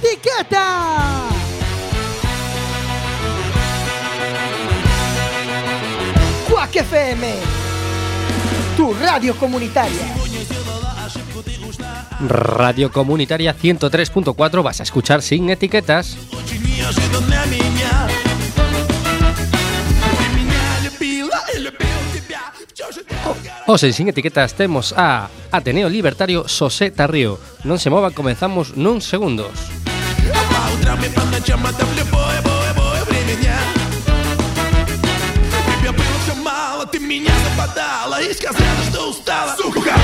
etiqueta. Quack FM, tu radio comunitaria. Radio Comunitaria 103.4, vas a escuchar sin etiquetas. Hoxe sin etiquetas temos a Ateneo Libertario Xosé Tarrío. Non se mova, comenzamos nuns segundos. Ты меня западала и сказала, что устала, сука.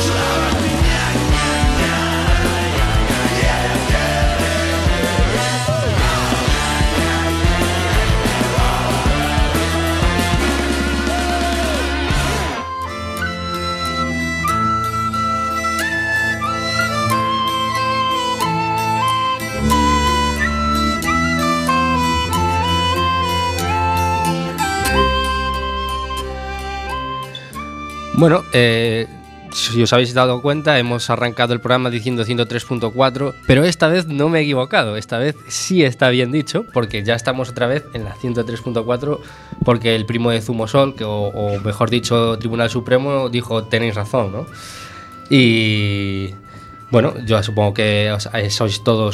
Bueno, si os habéis dado cuenta, hemos arrancado el programa diciendo 103.4, pero esta vez no me he equivocado, esta vez sí está bien dicho, porque ya estamos otra vez en la 103.4, porque el primo de Zumosol, o mejor dicho, Tribunal Supremo, dijo tenéis razón, ¿no? Y bueno, yo supongo que sois todos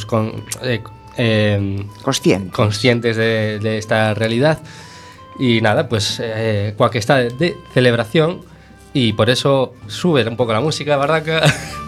conscientes de esta realidad. Y nada, pues Quack está de celebración. Y por eso sube un poco la música, Barranca.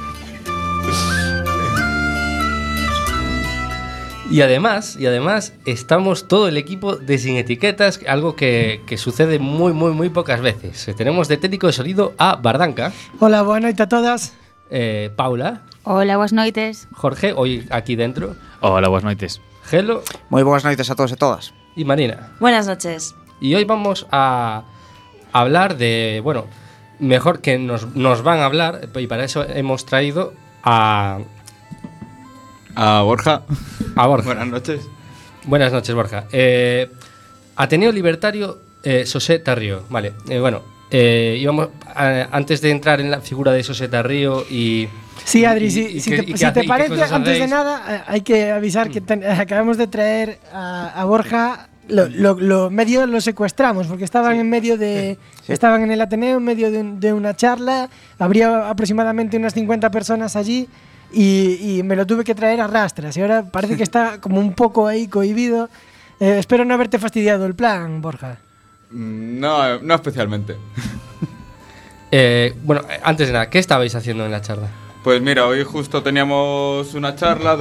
y además estamos todo el equipo de Sin Etiquetas, algo que sucede muy pocas veces. Tenemos de técnico de sonido a Bardanca. Hola, buenas noches a todas. Paula. Hola, buenas noites. Jorge, hoy aquí dentro. Hola, buenas noites. Gelo. Muy buenas noites a todos y todas. Y Marina. Buenas noches. Y hoy vamos a hablar de, bueno, mejor que nos van a hablar, y para eso hemos traído a Borja. A Borja. Buenas noches. Buenas noches, Borja. Ateneo Libertario Xosé Tarrío. Vale, íbamos antes de entrar en la figura de Xosé Tarrío y... Sí, Adri, si te parece, antes de nada, hay que avisar que acabamos de traer a Borja... medio lo secuestramos porque estaban en medio de estaban en el Ateneo en medio de una charla, habría aproximadamente unas 50 personas allí y me lo tuve que traer a rastras y ahora parece que está como un poco ahí cohibido. Espero no haberte fastidiado el plan, Borja. No especialmente. Bueno, antes de nada, ¿qué estabais haciendo en la charla? Pues mira, hoy justo teníamos una charla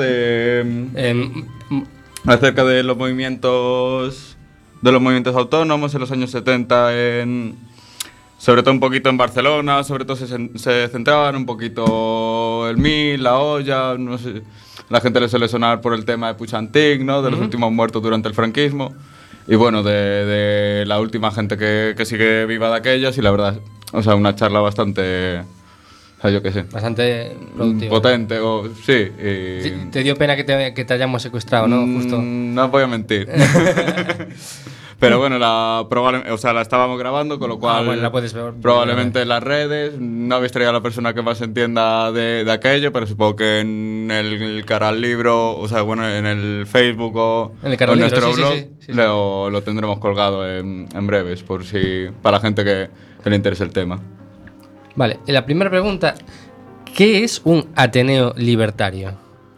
acerca de los movimientos autónomos en los años 70, sobre todo un poquito en Barcelona, sobre todo se centraban un poquito el MIL, la olla, no sé, la gente le suele sonar por el tema de Puig-Antich, ¿no? De los últimos muertos durante el franquismo, y bueno, de la última gente que sigue viva de aquellas, y la verdad, o sea, una charla bastante... O sea, yo qué sé. Bastante productivo. Potente, sí. ¿Te dio pena que te hayamos secuestrado, no? Justo. No voy a mentir. Pero bueno, la estábamos grabando, con lo cual bueno, la puedes ver, probablemente en las redes. No habéis traído a la persona que más entienda de aquello, pero supongo que en el canal libro, o sea, bueno, en el Facebook o en nuestro blog sí. Lo tendremos colgado en breves, para la gente que le interese el tema. Vale, la primera pregunta, ¿qué es un Ateneo Libertario?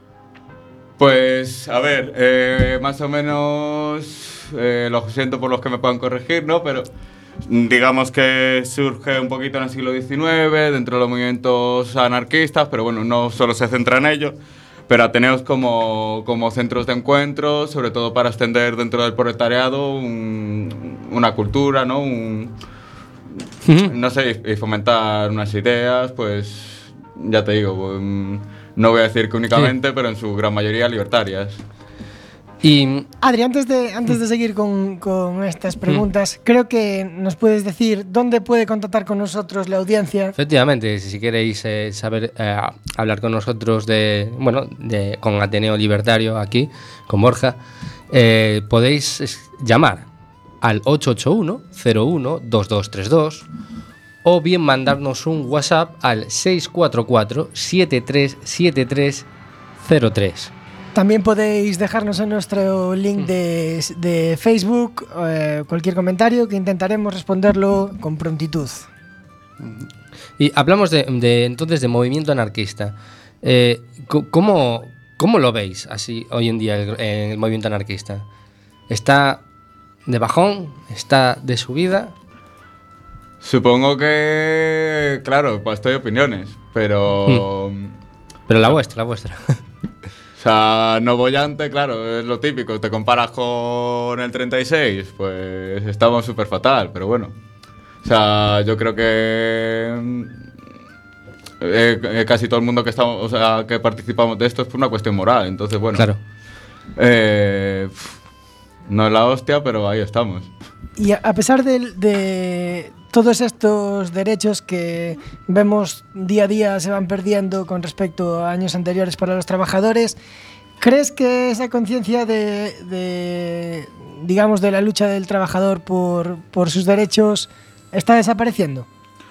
Pues, a ver, más o menos, lo siento por los que me puedan corregir, ¿no? Pero digamos que surge un poquito en el siglo XIX, dentro de los movimientos anarquistas, pero bueno, no solo se centra en ello, pero Ateneos como centros de encuentro, sobre todo para extender dentro del proletariado una cultura, ¿no? No sé, y fomentar unas ideas, pues ya te digo, no voy a decir que únicamente, pero en su gran mayoría libertarias. Y Adri, antes de seguir con estas preguntas, creo que nos puedes decir dónde puede contactar con nosotros la audiencia. Efectivamente, si queréis saber hablar con nosotros con Ateneo Libertario aquí, con Borja, podéis llamar al 881-01-2232 o bien mandarnos un WhatsApp al 644-737303. También podéis dejarnos en nuestro link de Facebook cualquier comentario que intentaremos responderlo con prontitud. Y hablamos entonces de movimiento anarquista. ¿Cómo lo veis así hoy en día el movimiento anarquista? ¿Está de bajón? ¿Está de subida? Supongo que, claro, pues estoy opiniones, pero... Pero la vuestra. O sea, no bollante, claro, es lo típico. Te comparas con el 36, pues estamos súper fatal, pero bueno. O sea, yo creo que casi todo el mundo que estamos, o sea, que participamos de esto es por una cuestión moral. Entonces, bueno. Claro. No es la hostia, pero ahí estamos. Y a pesar de todos estos derechos que vemos día a día se van perdiendo con respecto a años anteriores para los trabajadores, ¿crees que esa conciencia digamos, de la lucha del trabajador por sus derechos está desapareciendo?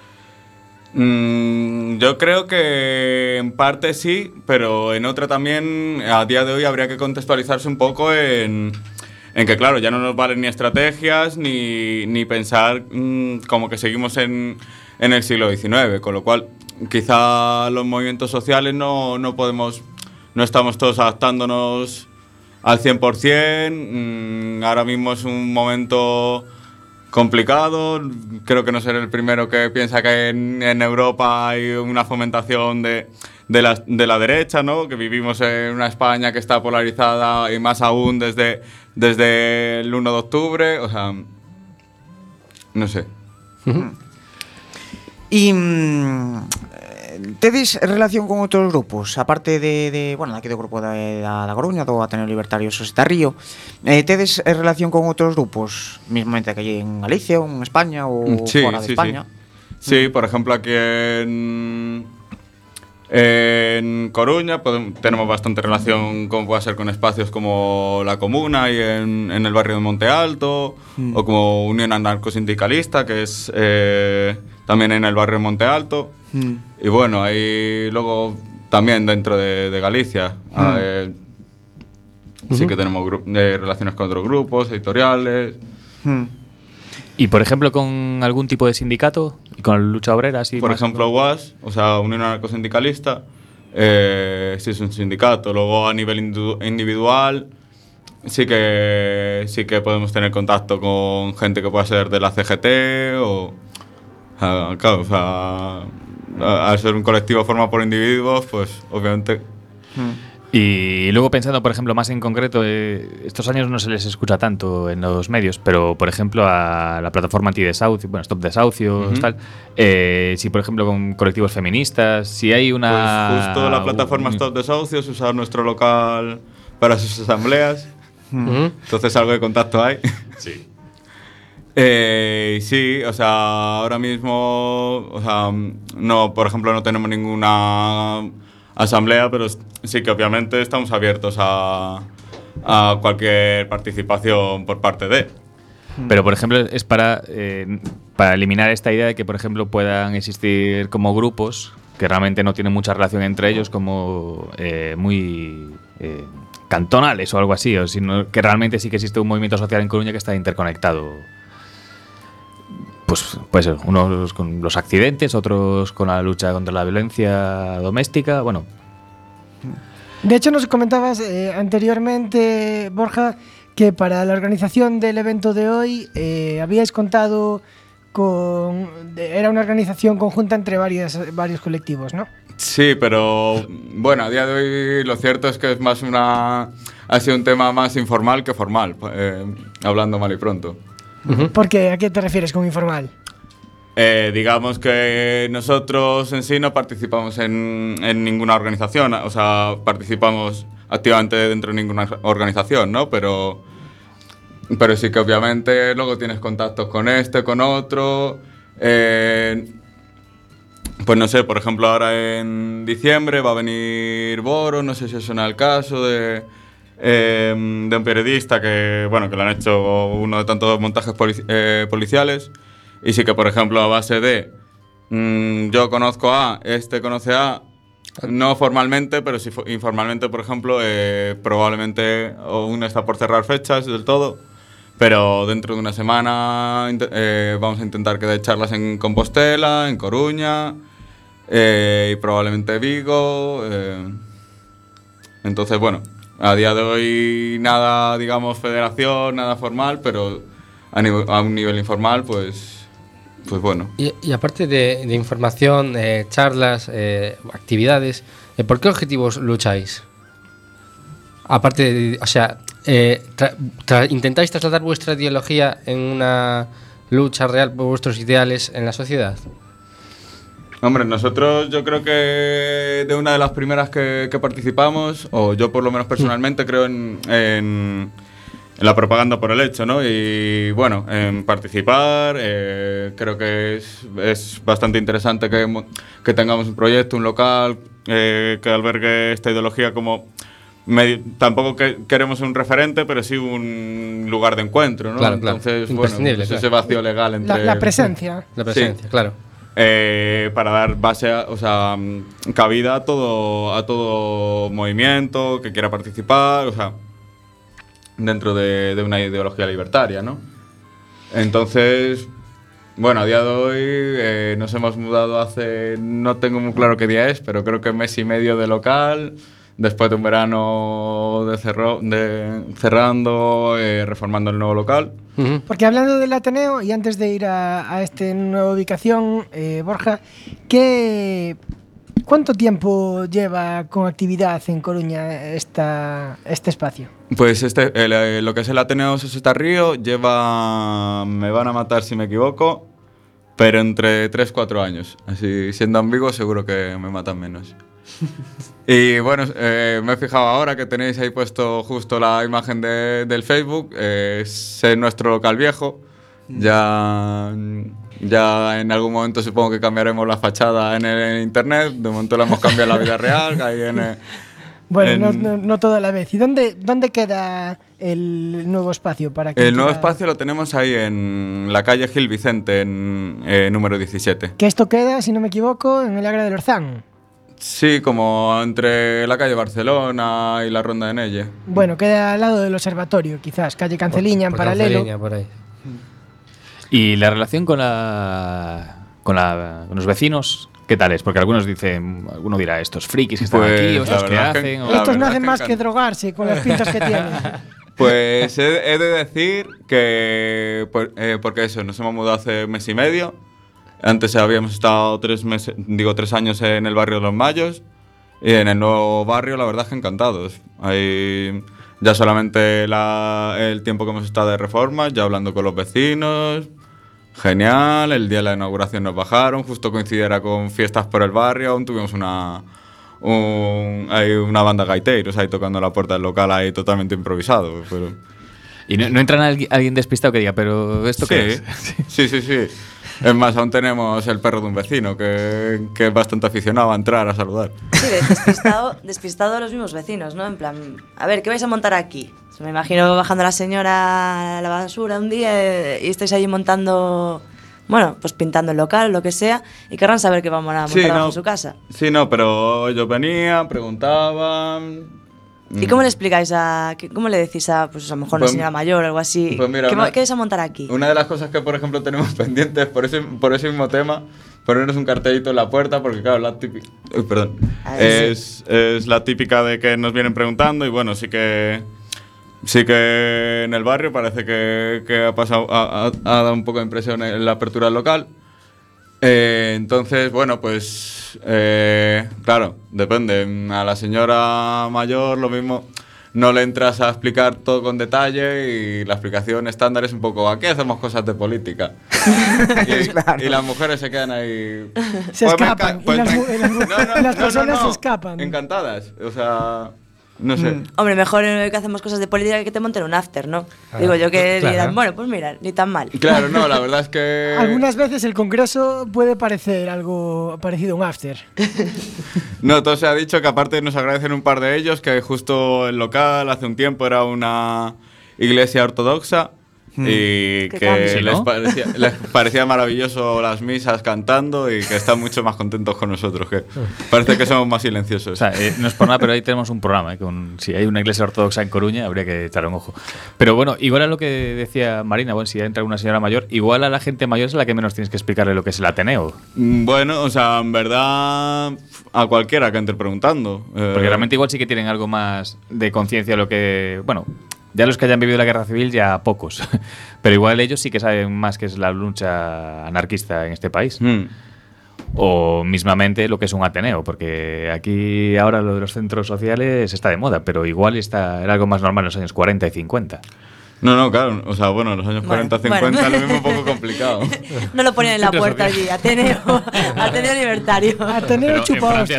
Yo creo que en parte sí, pero en otra también, a día de hoy habría que contextualizarse un poco en que, claro, ya no nos valen ni estrategias ni pensar como que seguimos en el siglo XIX, con lo cual quizá los movimientos sociales no estamos todos adaptándonos al 100%. Ahora mismo es un momento complicado. Creo que no seré el primero que piensa que en Europa hay una fomentación de la derecha, ¿no? Que vivimos en una España que está polarizada y más aún desde el 1 de octubre. O sea, no sé. Y tedes relación con outros grupos, aparte de bueno, aquí do grupo da Coruña, do Ateneo Libertario Soseta Río, tedes relación con outros grupos, mismamente que hai en Galicia ou en España ou fora de España? Sí, por ejemplo, aquí en Coruña tenemos bastante relación con espacios como La Comuna y en el barrio de Monte Alto, o como Unión Anarcosindicalista, que es también en el barrio de Monte Alto. Y bueno, ahí luego también dentro de Galicia sí que tenemos relaciones con otros grupos, editoriales. Y por ejemplo, con algún tipo de sindicato y con lucha obrera, así. Por ejemplo, UAS, o sea, Unión Anarcosindicalista, sí es un sindicato. Luego a nivel individual sí que podemos tener contacto con gente que pueda ser de la CGT o claro, o sea, al ser un colectivo formado por individuos, pues obviamente. Y luego pensando, por ejemplo, más en concreto, estos años no se les escucha tanto en los medios, pero por ejemplo a la plataforma antidesahucio, bueno, Stop Desahucios, tal, si por ejemplo con colectivos feministas, si hay una... Pues justo la plataforma Stop Desahucios usa nuestro local para sus asambleas, entonces algo de contacto hay. Sí. Sí, o sea, ahora mismo, o sea, no, por ejemplo, no tenemos ninguna asamblea, pero sí que obviamente estamos abiertos a cualquier participación por parte de. Pero, por ejemplo, es para eliminar esta idea de que, por ejemplo, puedan existir como grupos que realmente no tienen mucha relación entre ellos, como muy cantonales o algo así, o sino que realmente sí que existe un movimiento social en Coruña que está interconectado. Pues puede ser, unos con los accidentes, otros con la lucha contra la violencia doméstica, bueno. De hecho, nos comentabas anteriormente, Borja, que para la organización del evento de hoy habíais contado era una organización conjunta entre varios colectivos, ¿no? Sí, pero bueno, a día de hoy lo cierto es que es más ha sido un tema más informal que formal, hablando mal y pronto. ¿Por qué? ¿A qué te refieres con informal? Digamos que nosotros en sí no participamos en ninguna organización, o sea, participamos activamente dentro de ninguna organización, ¿no? Pero sí que obviamente luego tienes contactos con con otro. Pues no sé, por ejemplo, ahora en diciembre va a venir Boro, no sé si os suena el caso de un periodista que le han hecho uno de tantos montajes policiales, y sí que, por ejemplo, a base de yo conozco a, este conoce a, No formalmente, pero sí informalmente, por ejemplo, probablemente aún está por cerrar fechas del todo, pero dentro de una semana vamos a intentar que dé charlas en Compostela, en Coruña y probablemente Vigo. Entonces, bueno, a día de hoy nada, digamos, federación, nada formal, pero a un nivel informal, pues bueno. Y aparte de información, charlas, actividades, ¿por qué objetivos lucháis? Aparte de, o sea, ¿intentáis trasladar vuestra ideología en una lucha real por vuestros ideales en la sociedad? Hombre, nosotros yo creo que de una de las primeras que participamos, o yo por lo menos personalmente creo en la propaganda por el hecho, ¿no? Y bueno, en participar, creo que es bastante interesante que tengamos un proyecto, un local que albergue esta ideología como tampoco queremos un referente, pero sí un lugar de encuentro, ¿no? Claro, entonces, bueno, pues ese vacío legal entre... La presencia. La presencia, sí. Claro. Para dar base, cabida a todo movimiento que quiera participar, o sea, dentro de una ideología libertaria, ¿no? Entonces, bueno, a día de hoy nos hemos mudado hace, no tengo muy claro qué día es, pero creo que mes y medio de local, después de un verano cerrando, reformando el nuevo local. Porque hablando del Ateneo, y antes de ir a esta nueva ubicación, Borja, ¿cuánto tiempo lleva con actividad en Coruña este espacio? Pues lo que es el Ateneo Soseta Río lleva, me van a matar si me equivoco, pero entre 3-4 años. Así, siendo ambiguo, seguro que me matan menos. Y bueno, me he fijado ahora que tenéis ahí puesto justo la imagen del Facebook. Es nuestro local viejo. Ya en algún momento supongo que cambiaremos la fachada en el internet. De momento la hemos cambiado en la vida real. Ahí bueno, no toda la vez. ¿Y dónde queda el nuevo espacio? El nuevo espacio lo tenemos ahí en la calle Gil Vicente, en número 17. Que esto queda, si no me equivoco, en el Agra del Orzán. Sí, como entre la calle Barcelona y la Ronda de Nelle. Bueno, queda al lado del observatorio, quizás, calle Canceliña, en paralelo. Canceliña, por ahí. ¿Y la relación con los vecinos, qué tal es? Porque algunos dirá, estos frikis que están aquí, o estos que hacen... Estos no hacen más que drogarse con las pintas que tienen. Pues he de decir que, porque eso, nos hemos mudado hace mes y medio. Antes habíamos estado 3 años en el barrio de Los Mayos, y en el nuevo barrio la verdad es que encantados. Ahí ya solamente el tiempo que hemos estado de reformas, ya hablando con los vecinos, genial. El día de la inauguración nos bajaron, justo coincidiera con fiestas por el barrio, aún tuvimos hay una banda gaiteiros ahí tocando la puerta del local ahí totalmente improvisado. Pero... ¿Y no entra alguien despistado que diga, pero esto qué es? Sí. Es más, aún tenemos el perro de un vecino que es bastante aficionado a entrar a saludar. Sí, despistado a los mismos vecinos, ¿no? En plan, a ver, ¿qué vais a montar aquí? Me imagino bajando la señora a la basura un día y estáis ahí montando, bueno, pues pintando el local, lo que sea, y querrán saber qué vamos a montar en su casa. Sí, no, pero ellos venían, preguntaban... ¿Y cómo le explicáis cómo le decís pues a lo mejor una señora mayor o algo así? Pues mira, ¿Qué vais a montar aquí? Una de las cosas que, por ejemplo, tenemos pendientes por ese mismo tema, ponernos un cartelito en la puerta, porque claro, la típica... perdón. Es la típica de que nos vienen preguntando, y bueno, sí que en el barrio parece que ha pasado, ha dado un poco de impresión en la apertura del local. Entonces, bueno, pues claro, depende. A la señora mayor lo mismo, no le entras a explicar todo con detalle, y la explicación estándar es un poco, aquí hacemos cosas de política. y las mujeres se quedan ahí... Se escapan, las personas se escapan. Encantadas, o sea... No sé. Hombre, mejor que hacemos cosas de política que te monten un after, ¿no? Digo yo que dirán, bueno, pues mira, ni tan mal. Claro, no, la verdad es que... Algunas veces el congreso puede parecer algo parecido a un after. No, todo se ha dicho que aparte nos agradecen un par de ellos, que justo el local hace un tiempo era una iglesia ortodoxa, y que les parecía maravilloso las misas cantando y que están mucho más contentos con nosotros, que parece que somos más silenciosos. O sea, no es por nada, pero ahí tenemos un programa, si hay una iglesia ortodoxa en Coruña habría que echar un ojo. Pero bueno, igual a lo que decía Marina, bueno, si entra una señora mayor, igual a la gente mayor es la que menos tienes que explicarle lo que es el Ateneo. Bueno, o sea, en verdad a cualquiera que entre preguntando, porque realmente igual sí que tienen algo más de conciencia lo que, bueno, ya los que hayan vivido la guerra civil, ya pocos. Pero igual ellos sí que saben más que es la lucha anarquista en este país. O mismamente lo que es un Ateneo, porque aquí ahora lo de los centros sociales está de moda, pero igual era algo más normal en los años 40 y 50. No, claro, o sea, bueno, en los años 40-50 lo mismo un poco complicado. No lo ponían en la puerta allí, Ateneo libertario. Ateneo chupados.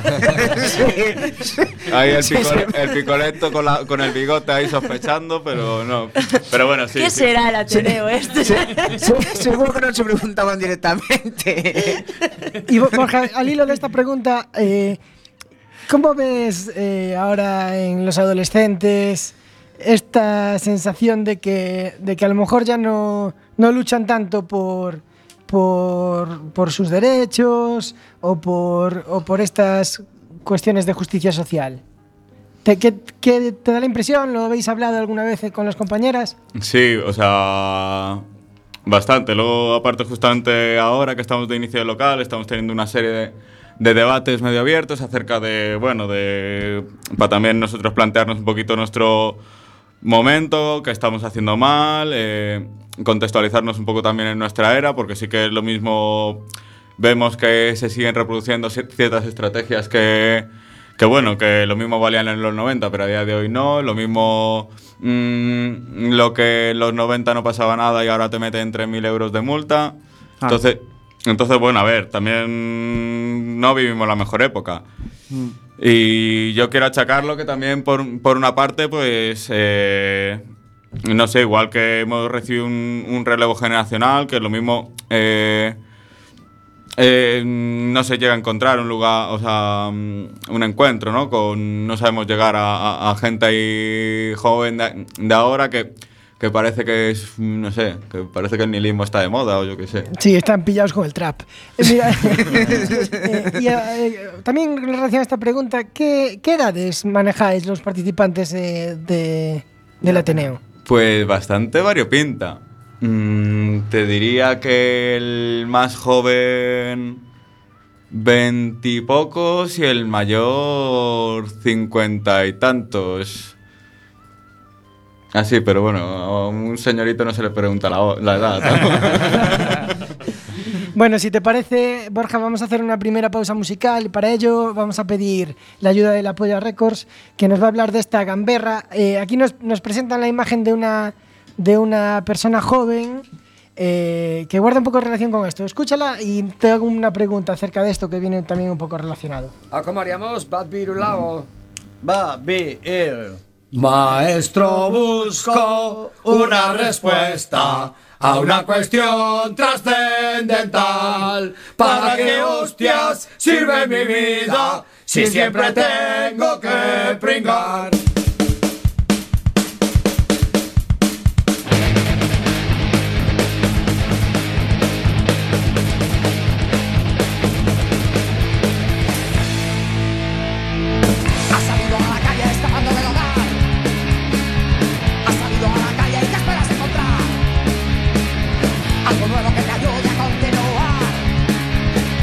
Ahí el picoleto con el bigote ahí sospechando, pero no. Pero bueno, sí. ¿Qué será el Ateneo este? Seguro que no se preguntaban directamente. Y Borja, al hilo de esta pregunta, ¿cómo ves ahora en los adolescentes esta sensación de que a lo mejor ya no luchan tanto por sus derechos o por estas cuestiones de justicia social? ¿Qué te da la impresión? ¿Lo habéis hablado alguna vez con las compañeras? Sí, o sea, bastante. Luego, aparte, justamente ahora que estamos de inicio de local, estamos teniendo una serie de debates medio abiertos acerca para también nosotros plantearnos un poquito nuestro momento, qué estamos haciendo mal, contextualizarnos un poco también en nuestra era, porque sí que es lo mismo, vemos que se siguen reproduciendo ciertas estrategias que lo mismo valían en los 90, pero a día de hoy no, lo mismo lo que en los 90 no pasaba nada y ahora te meten 3.000 euros de multa. Entonces, bueno, a ver, también no vivimos la mejor época. Y yo quiero achacarlo que también por una parte, pues, no sé, igual que hemos recibido un relevo generacional, que lo mismo no se llega a encontrar un lugar, o sea, un encuentro, ¿no? No sabemos llegar a gente ahí joven de ahora que parece que es, no sé, que parece que el nihilismo está de moda o yo qué sé. Sí, están pillados con el trap. Mira, también en relación a esta pregunta, ¿qué edades manejáis los participantes del Ateneo? Pues bastante variopinta. Te diría que el más joven 20 y pocos y el mayor 50 y tantos. Sí, pero bueno, a un señorito no se le pregunta la edad. Bueno, si te parece, Borja, vamos a hacer una primera pausa musical y para ello vamos a pedir la ayuda de la Polla Records, que nos va a hablar de esta gamberra. Aquí nos presentan la imagen de una persona joven que guarda un poco de relación con esto. Escúchala y te hago una pregunta acerca de esto que viene también un poco relacionado. ¿Cómo haríamos? Bad Birulao. Maestro, busco una respuesta a una cuestión trascendental. ¿Para qué hostias sirve mi vida si siempre tengo que pringar?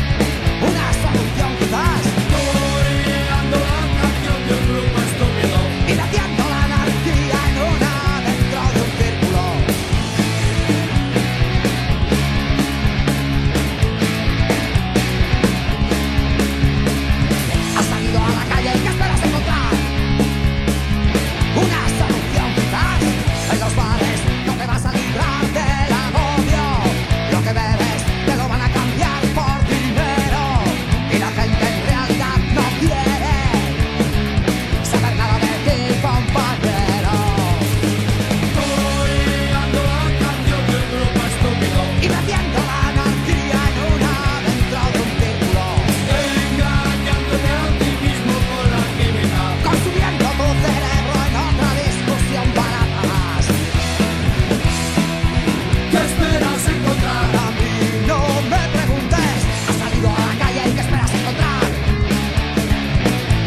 Una solución quizás. Estoy mirando la canción de un grupo estúpido.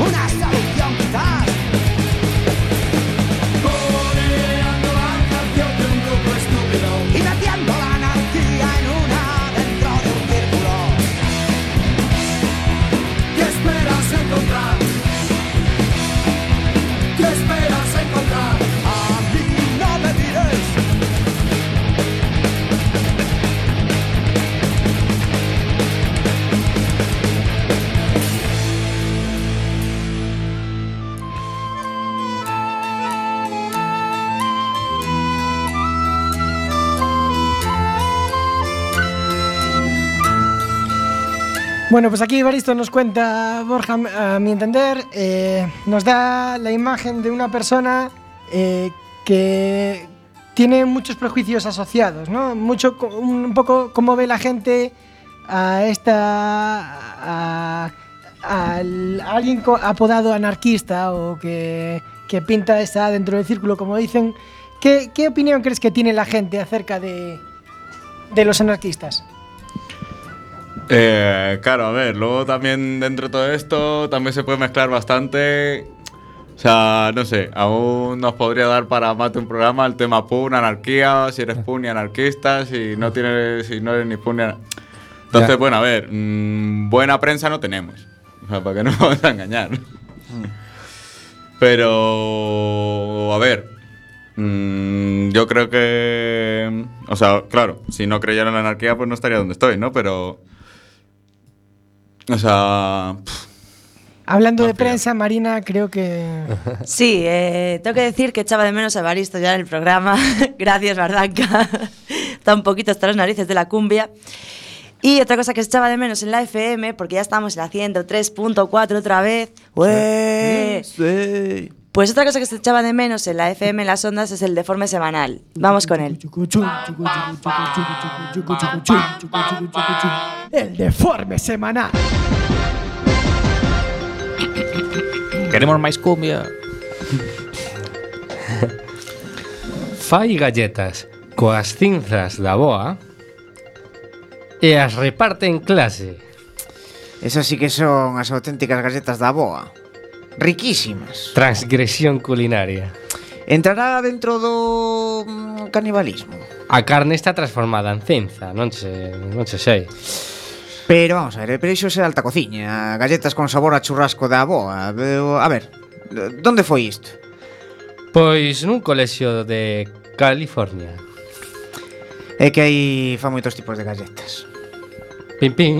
una solución quizás. Coreando la canción de un grupo estúpido y metiendo la anarquía en una dentro de un círculo. ¿Qué esperas encontrar? ¿Qué esperas encontrar? A mí no me mires. Bueno, pues aquí Evaristo nos cuenta, Borja, a mi entender, nos da la imagen de una persona que tiene muchos prejuicios asociados, ¿no? Un poco cómo ve la gente a alguien apodado anarquista o que pinta esa dentro del círculo, como dicen. ¿Qué opinión crees que tiene la gente acerca de los anarquistas? Claro, a ver, luego también dentro de todo esto también se puede mezclar bastante. O sea, no sé, aún nos podría dar para más de un programa el tema PUN, anarquía, si eres PUN y anarquista, si no eres ni PUN ni anarquista. Entonces, bueno, a ver, buena prensa no tenemos. O sea, para que no nos vamos a engañar. Pero, a ver, yo creo que... O sea, claro, si no creyera en la anarquía, pues no estaría donde estoy, ¿no? Pero... O sea... Hablando de prensa, Marina, creo que... Sí, tengo que decir que echaba de menos a Evaristo ya en el programa. Gracias, Bardanca. Está un poquito hasta las narices de la cumbia. Y otra cosa que echaba de menos en la FM, porque ya estamos en la 103.4 otra vez. Sí. Pues otra cosa que se echaba de menos en la FM, en las ondas, es el deforme semanal. Vamos con él. El deforme semanal. Queremos máis cumbia. Fai galletas coas cinzas da boa e as reparte en clase. Esas sí que son as auténticas galletas da boa. Riquísimas. Transgresión culinaria. Entrará dentro do canibalismo. A carne está transformada en cinza, non se sei. Pero vamos a ver, pero iso é alta cociña. Galletas con sabor a churrasco da boa. A ver, donde foi isto? Pois nun colexio de California. É que aí fa moitos tipos de galletas. Pim, pim.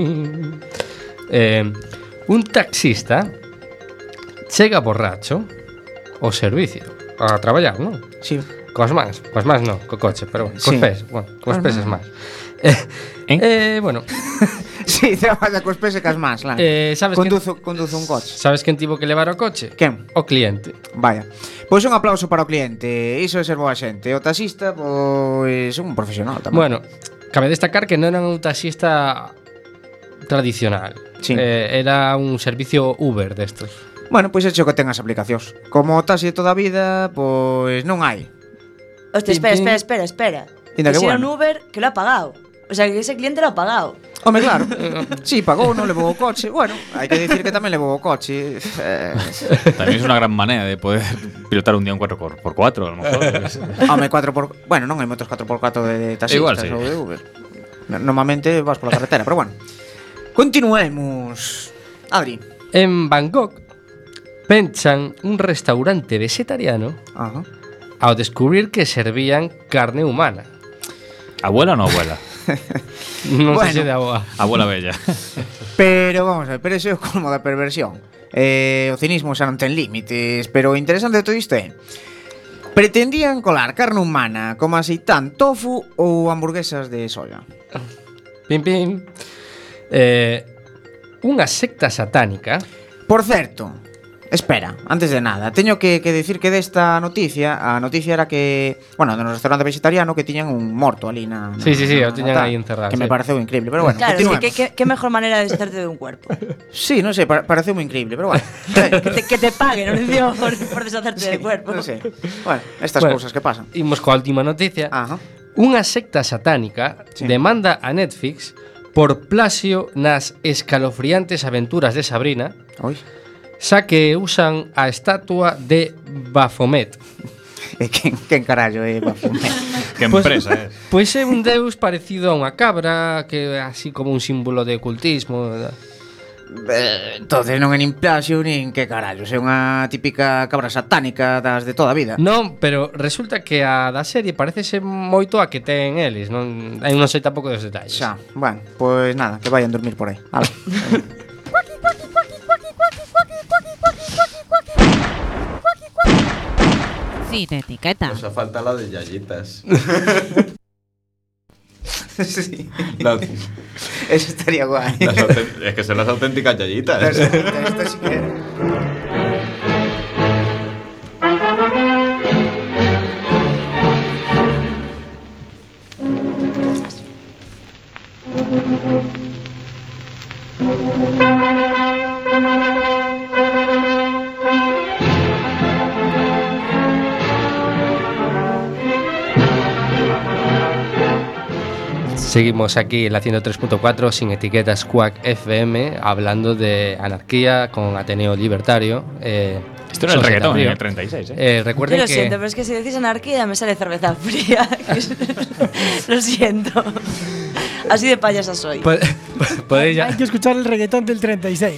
Un taxista chega borracho ao servicio a traballar, non? Sí. Coas mans non, co coche, pero bueno, cos pés, bueno, cos pés es máis. Bueno. Sí, traballa cos pés e cas mans, claro. Conduzo un coche. Sabes quen tivo que levar o coche? Quen? O cliente. Vaya. Pois un aplauso para o cliente. Iso é ser boa xente. O taxista, pois un profesional tamén. Bueno, cabe destacar que non era un taxista tradicional. Sí. Era un servicio Uber destos. Bueno, pois é xo que ten as aplicacións. Como o taxi de toda a vida, pois non hai. Hostia, espera. Inda que si era bueno. un Uber que lo ha pagado. O sea, que ese cliente lo ha pagado. Home, claro. Sí, pagou, non levou o coche. Bueno, hai que dicir que tamén levou o coche. Tamén é unha gran maneira de poder pilotar un día un 4x4, a lo mejor. Home, 4x... Bueno, non hai motos 4x4 de taxistas. Igual, sí. Ou de Uber. Normalmente vas pola carretera, pero bueno. Continuemos. Adri. En Bangkok penchan un restaurante vegetariano. Ajá. Ao descubrir que servían carne humana. ¿Abuela o no abuela? Non Bueno. sei se de aboa. Abuela bella. Pero vamos a ver, pero ese é o colmo da perversión. O cinismo xa non ten límites. Pero o interesante de todo isto é: pretendían colar carne humana como aceitán, tofu ou hamburguesas de soya. Pim, pim. Unha secta satánica. Por certo, espera, antes de nada, teño que decir que desta noticia, a noticia era que, bueno, no restaurante vegetariano que tiñan un morto ali na Sí, o tiñan aí encerrado. Que me pareceu increíble, pero bueno, Claro, continuemos. es que mejor manera de deshacerte de un cuerpo. Sí, non sei, pareceu moi increíble, pero bueno. que te paguen, non digo por deshacerte del cuerpo. Non sei. Bueno, estas cousas que pasan. Imos coa última noticia. Ajá. Unha secta satánica demanda a Netflix por plagio nas escalofriantes aventuras de Sabrina. Oi. xa que usan a estatua de Baphomet. Quen carallo é Baphomet? Que empresa é? Pois é un deus parecido a unha cabra, que é así como un símbolo de ocultismo. Entonces non é nin plagio nin que carallo, é unha típica cabra satánica das de toda a vida. Non, pero resulta que a da serie parecese moito a que ten eles, non sei tampouco dos detalles. Xa, bueno, pois nada, que vayan dormir por aí. Hala. Sin etiqueta. Nos falta la de Yayitas. Sí. Eso estaría guay. Es que son las auténticas Yayitas. Esto sí que... Seguimos aquí en la 103.4 sin etiquetas Quack FM hablando de anarquía con Ateneo Libertario. Esto era el reggaetón en el 36, recuerden Yo lo siento, pero es que si decís anarquía me sale cerveza fría. Lo siento. Así de payasa soy. Podéis ya... Hay que escuchar el reggaetón del 36.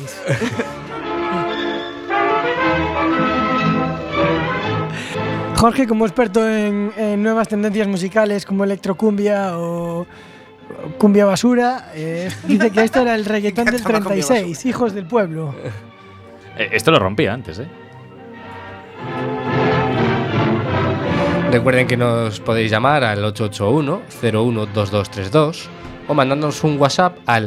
Jorge, como experto en nuevas tendencias musicales como electrocumbia o cumbia basura, dice que esto era el reggaetón del 36, hijos del pueblo. Esto lo rompía antes, Recuerden que nos podéis llamar al 881-012232 o mandándonos un WhatsApp al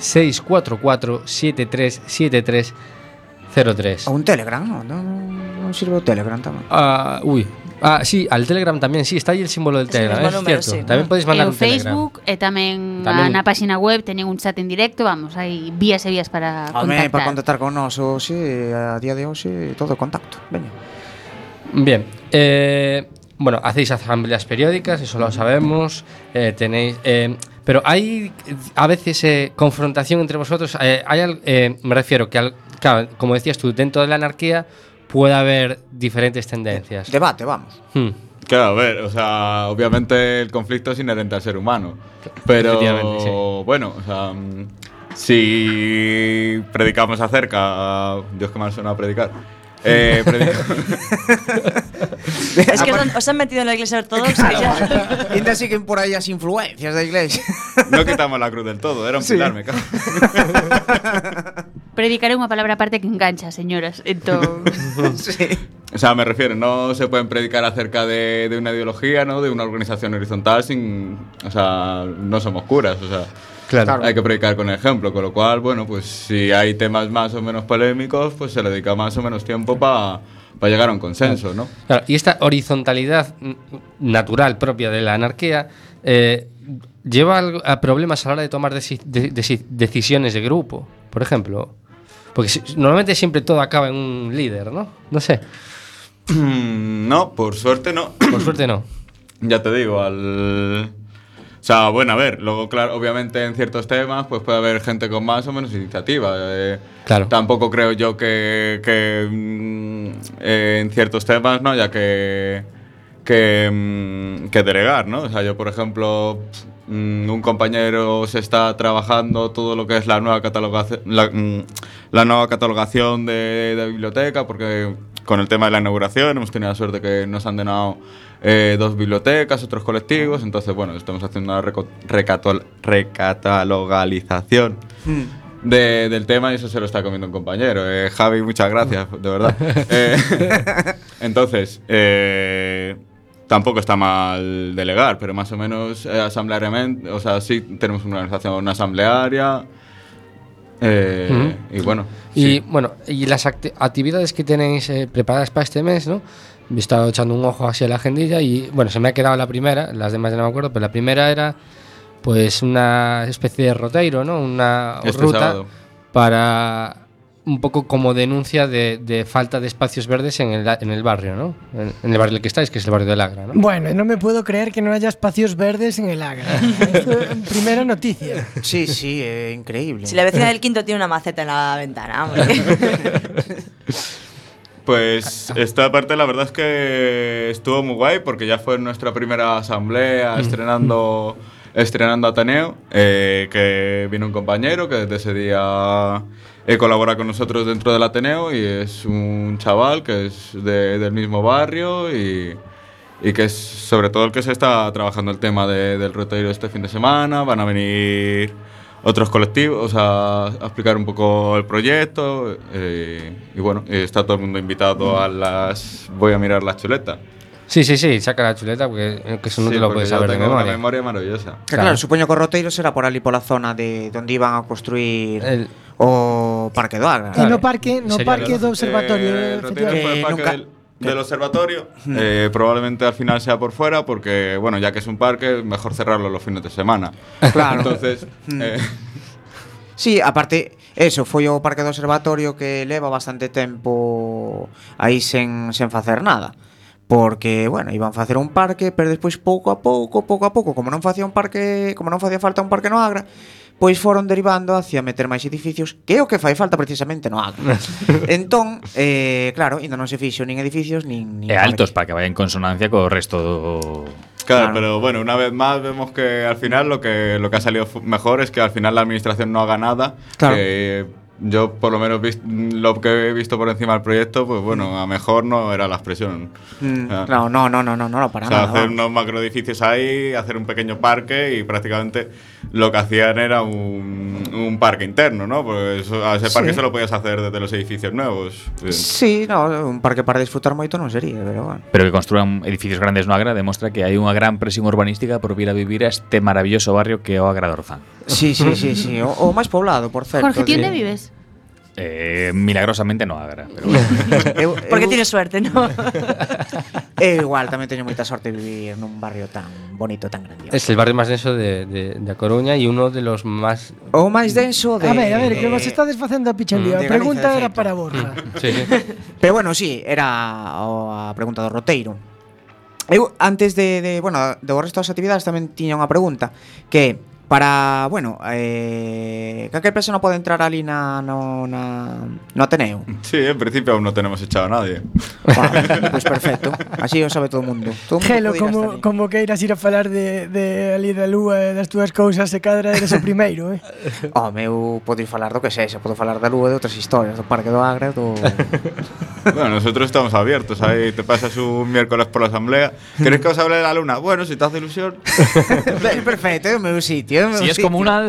644-737303. O un Telegram, ¿no? Non sirve o Telegram tamén. Sí, al Telegram tamén, sí, está aí el símbolo del Telegram, é cierto. Sí. Tamén podéis mandar un Facebook Telegram. E tamén na página web teñen un chat en directo, vamos, hai vías e vías para contactar. Para contactar con nós hoxe, a día de hoxe, todo contacto. Veña. Bien, bueno, hacéis asambleas periódicas, eso lo sabemos, tenéis... pero hay a veces confrontación entre vosotros, me refiero que, claro, como decías tú, dentro de la anarquía puede haber diferentes tendencias. Debate, vamos. Claro, a ver, o sea, obviamente el conflicto es inherente al ser humano, pero sí. Bueno, o sea, si predicamos acerca, Dios que mal suena a predicar. Es que os han metido en la iglesia ortodoxa. Claro, y ainda siguen por ahí las influencias da iglesia. No quitamos la cruz del todo, era un pilar, me cago. Predicar é unha palabra aparte que engancha, señoras. Entón... Sí. O sea, me refiero, no se pueden predicar acerca de una ideología, ¿no? De una organización horizontal sin... O sea, no somos curas, o sea... Claro. Hay que predicar con ejemplo, con lo cual, bueno, pues si hay temas más o menos polémicos, pues se le dedica más o menos tiempo para llegar a un consenso, ¿no? Claro, y esta horizontalidad natural propia de la anarquía lleva a problemas a la hora de tomar decisiones de grupo, por ejemplo. Porque normalmente siempre todo acaba en un líder, ¿no? No sé. No, por suerte no. Por suerte no. Ya te digo, O sea, bueno, a ver, luego, claro, obviamente en ciertos temas pues puede haber gente con más o menos iniciativa. Claro. Tampoco creo yo que en ciertos temas no haya que delegar, ¿no? O sea, yo, por ejemplo, un compañero se está trabajando todo lo que es la nueva catalogación, la nueva catalogación de biblioteca, porque con el tema de la inauguración hemos tenido la suerte que nos han donado 2 bibliotecas, otros colectivos, entonces bueno, estamos haciendo una recatalogalización del tema y eso se lo está comiendo un compañero. Javi, muchas gracias, de verdad. Entonces, tampoco está mal delegar, pero más o menos asambleariamente, o sea, sí tenemos una organización asamblearia. Y bueno. Y bueno, y las actividades que tenéis preparadas para este mes, ¿no? Me he estado echando un ojo así a la agendilla y bueno, se me ha quedado la primera, las demás ya no me acuerdo, pero la primera era pues una especie de roteiro, ¿no? Una ruta sábado. Para un poco como denuncia de falta de espacios verdes en el barrio, ¿no? En el barrio en el que estáis, que es el barrio del Agra, ¿no? Bueno, no me puedo creer que no haya espacios verdes en el Agra. Primera noticia. Sí, increíble. Si la vecina del quinto tiene una maceta en la ventana, hombre. Pues esta parte la verdad es que estuvo muy guay porque ya fue nuestra primera asamblea estrenando Ateneo, que vino un compañero que desde ese día colabora con nosotros dentro del Ateneo y es un chaval que es del mismo barrio y que es sobre todo el que se está trabajando el tema del Rotario este fin de semana. Van a venir otros colectivos a explicar un poco el proyecto y bueno, está todo el mundo invitado a las... Voy a mirar la chuleta. Sí, saca la chuleta porque eso no te lo puedes saber de memoria. Una memoria maravillosa. Claro, supoño que o roteiro será por ali pola zona de onde iban a construir o Parque do Agra. Claro. No parque do observatorio. El roteiro fue el parque del observatorio. Probablemente al final sea por fuera porque, bueno, ya que es un parque, mejor cerrarlo los fines de semana. Claro. Entonces... Sí, aparte, eso, foi o parque do observatorio que leva bastante tempo aí sen facer nada. Porque, bueno, iban facer un parque, pero despois pouco a pouco, como non facía falta un parque no Agra, pois foron derivando hacia meter máis edificios, que é o que fai falta precisamente no Agra. Entón, claro, ainda non se fixo nin edificios nin altos para que vaya en consonancia co resto do... Claro, pero bueno, una vez más vemos que al final lo que ha salido mejor es que al final la administración no haga nada. Claro. Yo, por lo menos, lo que he visto por encima del proyecto, pues bueno, a mejor no era la expresión. Claro, no, para nada. Hacer unos macroedificios ahí, hacer un pequeño parque y prácticamente lo que hacían era un parque interno, ¿no? Pues a ese parque se lo podías hacer desde los edificios nuevos. Sí, no, un parque para disfrutar moito non sería, pero bueno. Pero que construan edificios grandes no Agra demostra que hai unha gran presión urbanística por vir a vivir a este maravilloso barrio que é o Agra de Orzán. Sí, o máis poblado, por certo. Jorge, ti onde vives? Milagrosamente no Agra, pero bueno. Porque tienes suerte, ¿no? Igual, tamén teño moita sorte de vivir nun barrio tan bonito, tan grandioso. Es el barrio más denso de A Coruña y uno de los más... O máis denso de... A ver, que vos estades facendo a pichandía. A pregunta era para Borja. Sí. Pero bueno, sí, era a pregunta do roteiro. Eu, antes de do resto das actividades, tamén tiña unha pregunta que... Para, bueno, calquer persona pode entrar ali no Ateneo. Sí, en principio aún no tenemos echado a nadie. Pues perfecto, así o sabe todo o mundo. Gelo, como queiras ir a falar de ali da lúa e das túas cousas se cadra eres o primeiro, eu podo ir falar do que sexa, podo falar da lúa e de outras historias, do Parque do Agra, do... Bueno, nosotros estamos abiertos, ahí te pasas un miércoles por la asamblea. ¿Queréis que os hable de la luna? Bueno, si te hace ilusión. Perfecto, é o meu sitio. Si es comunal.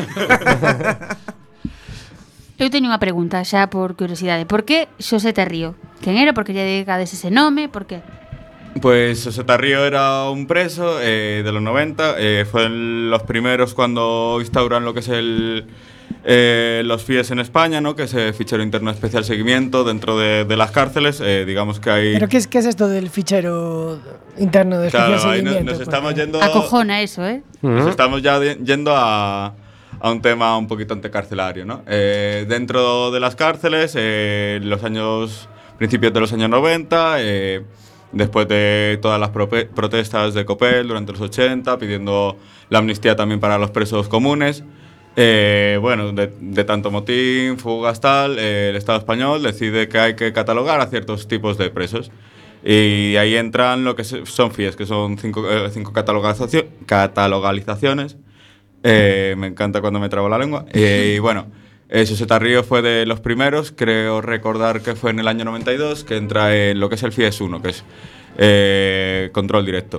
Eu teño unha pregunta xa por curiosidade. Por que Xosé Tarrío? Quen era? Por que lle dedicades ese nome? Por que? Pues Xosé Tarrío era un preso de los 90. Fue los primeros cuando instauran lo que es los FIES en España, ¿no? Que es fichero interno de especial seguimiento dentro de las cárceles. Digamos que hay... ¿Pero qué es esto del fichero interno de especial seguimiento? Nos estamos yendo... Acojona eso, Nos estamos ya yendo a un tema un poquito antecarcelario, ¿no? Dentro de las cárceles, principios de los años 90, después de todas las protestas de COPEL durante los 80, pidiendo la amnistía también para los presos comunes. Bueno, de tanto motín, fugas, tal, el Estado español decide que hay que catalogar a ciertos tipos de presos. Y ahí entran lo que son FIES, que son cinco catalogalizaciones. Me encanta cuando me trabo la lengua. Y bueno, Xosé Tarrío fue de los primeros, creo recordar que fue en el año 92, que entra en lo que es el FIES 1, que es control directo.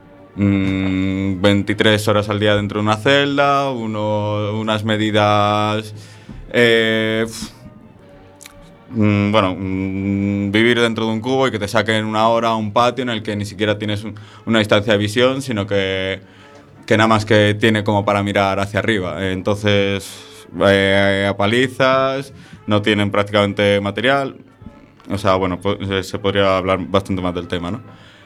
23 horas al día dentro de una celda, unas medidas... vivir dentro de un cubo y que te saquen una hora a un patio en el que ni siquiera tienes una distancia de visión, sino que nada más que tiene como para mirar hacia arriba. Entonces, a palizas, no tienen prácticamente material. O sea, bueno, pues, se podría hablar bastante más del tema, ¿no?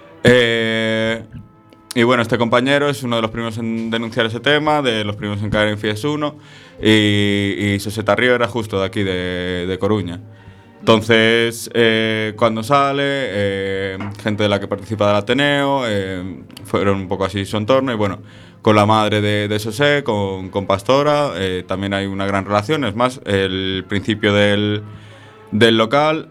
Y bueno, este compañero es uno de los primeros en denunciar ese tema, de los primeros en caer en FIES 1, y Xosé Tarrío era justo de aquí, de Coruña. Entonces, cuando sale, gente de la que participa del Ateneo, fueron un poco así su entorno, y bueno, con la madre de Xosé, con Pastora, también hay una gran relación. Es más, el principio del Del local,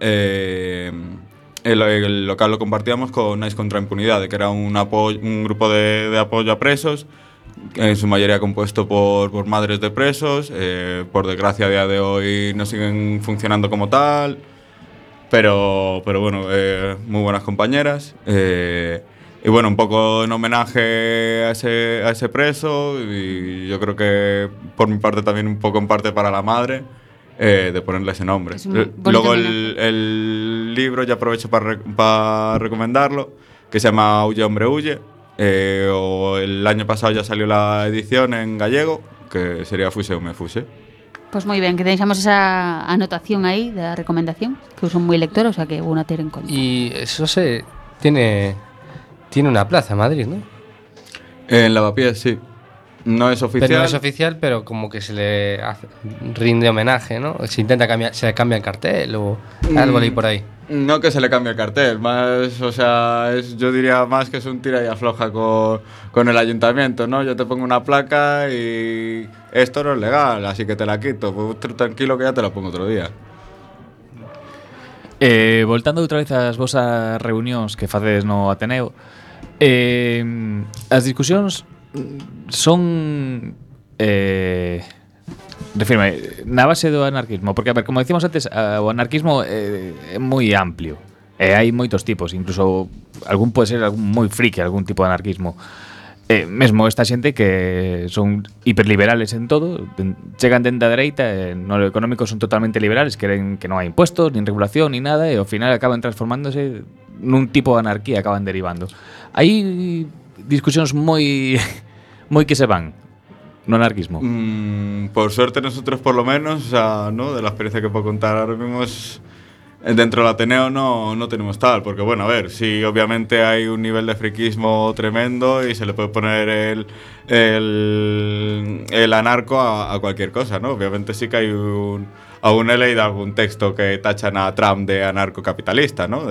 el local lo compartíamos con Nice contra Impunidad, que era un grupo de apoyo a presos, en su mayoría compuesto por madres de presos. Por desgracia, a día de hoy no siguen funcionando como tal, pero bueno, muy buenas compañeras. Y bueno, un poco en homenaje a ese preso, y yo creo que por mi parte también un poco en parte para la madre, de ponerle ese nombre. Luego el libro, ya aprovecho para recomendarlo, que se llama Huye, hombre, huye. El año pasado ya salió la edición en gallego, que sería Fuse o me fuse. Pues moi ben, que deixamos esa anotación aí da recomendación, que eu son moi lector, o sea que vou a ter en conta. Y eso tiene una plaza en Madrid, ¿no? En Lavapiés, sí. No es oficial. Pero no es oficial, pero como que se le rinde homenaje, ¿no? Se intenta cambiar, se cambia el cartel o algo ahí por ahí. No que se le cambie el cartel, más, o sea, yo diría más que es un tira y afloja con el ayuntamiento, ¿no? Yo te pongo una placa y esto no es legal, así que te la quito. Pues tranquilo que ya te la pongo otro día. Voltando outra vez ás vosas reunións que facedes no Ateneo, as discusións son refirme na base do anarquismo, porque a ver, como decíamos antes, o anarquismo é moi amplio e hai moitos tipos, incluso algún pode ser algún moi friki, algún tipo de anarquismo. Mesmo esta xente que son hiperliberales en todo, chegan dende a dereita, no económico son totalmente liberales, queren que non hai impuestos, nin regulación, ni nada, e ao final acaban transformándose nun tipo de anarquía, acaban derivando. Hai discusións moi que se van no anarquismo. Por suerte nosotros por lo menos, o sea, ¿no? De la experiencia que puedo contar ahora mismo dentro del Ateneo no tenemos tal, porque bueno, a ver, sí, obviamente hay un nivel de friquismo tremendo y se le puede poner el anarco a cualquier cosa, ¿no? Obviamente sí que hay aún he leído algún texto que tachan a Trump de anarcocapitalista, ¿no?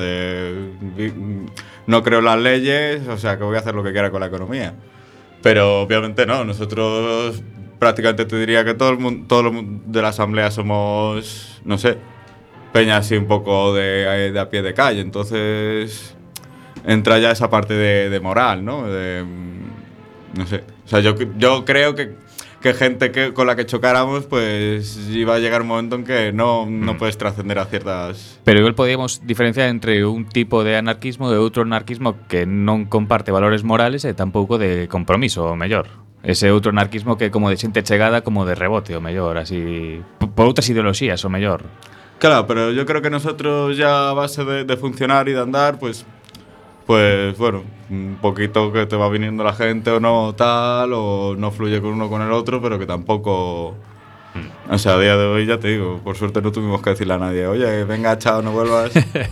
No creo las leyes, o sea, que voy a hacer lo que quiera con la economía. Pero obviamente no, nosotros prácticamente te diría que todo el mundo de la asamblea somos, no sé, peña así un poco de a pie de calle, entonces entra ya esa parte de moral, ¿no? No sé, o sea, yo creo que gente con la que chocáramos, pues iba a llegar un momento en que no puedes trascender a ciertas... Pero igual podíamos diferenciar entre un tipo de anarquismo e outro anarquismo que non comparte valores morales e tampouco de compromiso, o mellor. Ese outro anarquismo que como de xente chegada, como de rebote, o mellor, así... Por outras ideoloxías, o mellor. Claro, pero yo creo que nosotros ya a base de funcionar y de andar, pues bueno, un poquito que te va viniendo la gente o no tal, o no fluye con uno con el otro, pero que tampoco... O sea, a día de hoy ya te digo, por suerte no tuvimos que decirle a nadie, oye, venga, chao, no vuelvas.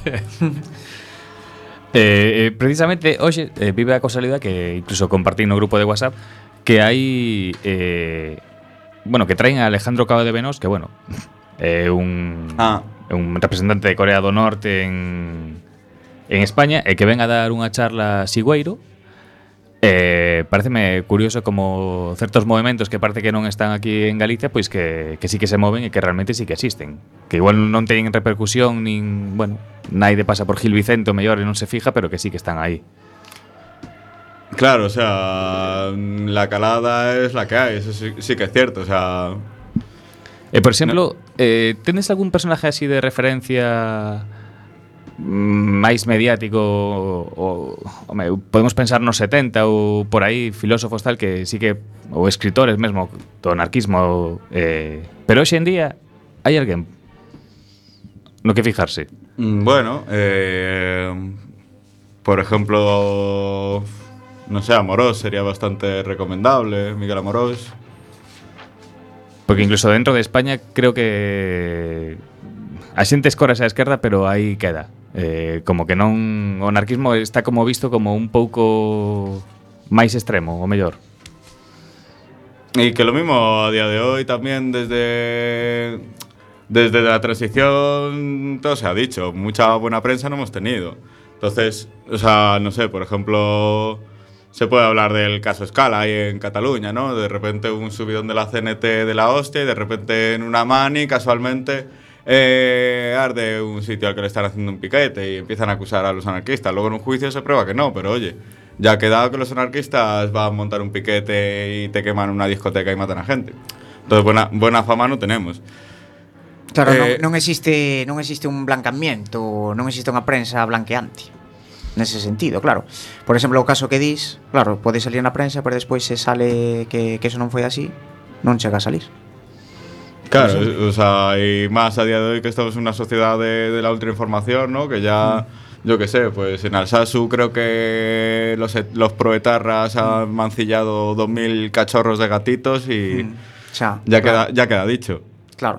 Precisamente, hoxe, vive a casualidade que incluso compartí no grupo de WhatsApp que hai... bueno, que traen a Alejandro Cao de Benós, que bueno, un representante de Corea do Norte en España, e que ven a dar unha charla a Sigüeiro. Pareceme curioso como certos movimentos que parece que non están aquí en Galicia, pois que sí que se moven e que realmente sí que existen, que igual non teñen repercusión nin, bueno, naide pasa por Gil Vicente o mellor e non se fija, pero que sí que están aí. Claro, o sea, la calada es la que hay, eso sí que es cierto, o sea... por exemplo, tenes algún personaje así de referencia máis mediático ou podemos pensar nos 70 ou por aí, filósofos tal que sí que, ou escritores mesmo do anarquismo, pero hoxe en día hai alguén no que fijarse? Bueno, por ejemplo, no sé, Amorós sería bastante recomendable, Miguel Amorós. Porque incluso dentro de España creo que a xente escorre a esquerda, pero aí queda. Como que non, o anarquismo está como visto como un pouco máis extremo, o mellor. Y que lo mismo a día de hoy también desde la transición todo se ha dicho, mucha buena prensa no hemos tenido. Entonces, o sea, no sé, por ejemplo, se puede hablar del caso Scala ahí en Cataluña, ¿no? De repente un subidón de la CNT de la hostia y de repente en una mani casualmente arde un sitio al que le están haciendo un piquete y empiezan a acusar a los anarquistas. Luego en un juicio se prueba que no, pero oye, ya ha quedado que los anarquistas van a montar un piquete y te queman una discoteca y matan a gente. Entonces buena fama no tenemos. Claro, non existe un blancamiento, non existe unha prensa blanqueante. Nese sentido, claro. Por exemplo, o caso que dis, claro, pode salir na prensa, pero despois se sale que eso non foi así, non chega a salir. Claro, o sea, y más a día de hoy que estamos en una sociedad de la ultrainformación, ¿no? Que ya, yo qué sé, pues en Alsasu creo que los proetarras han mancillado 2000 cachorros de gatitos y ya queda dicho. Claro.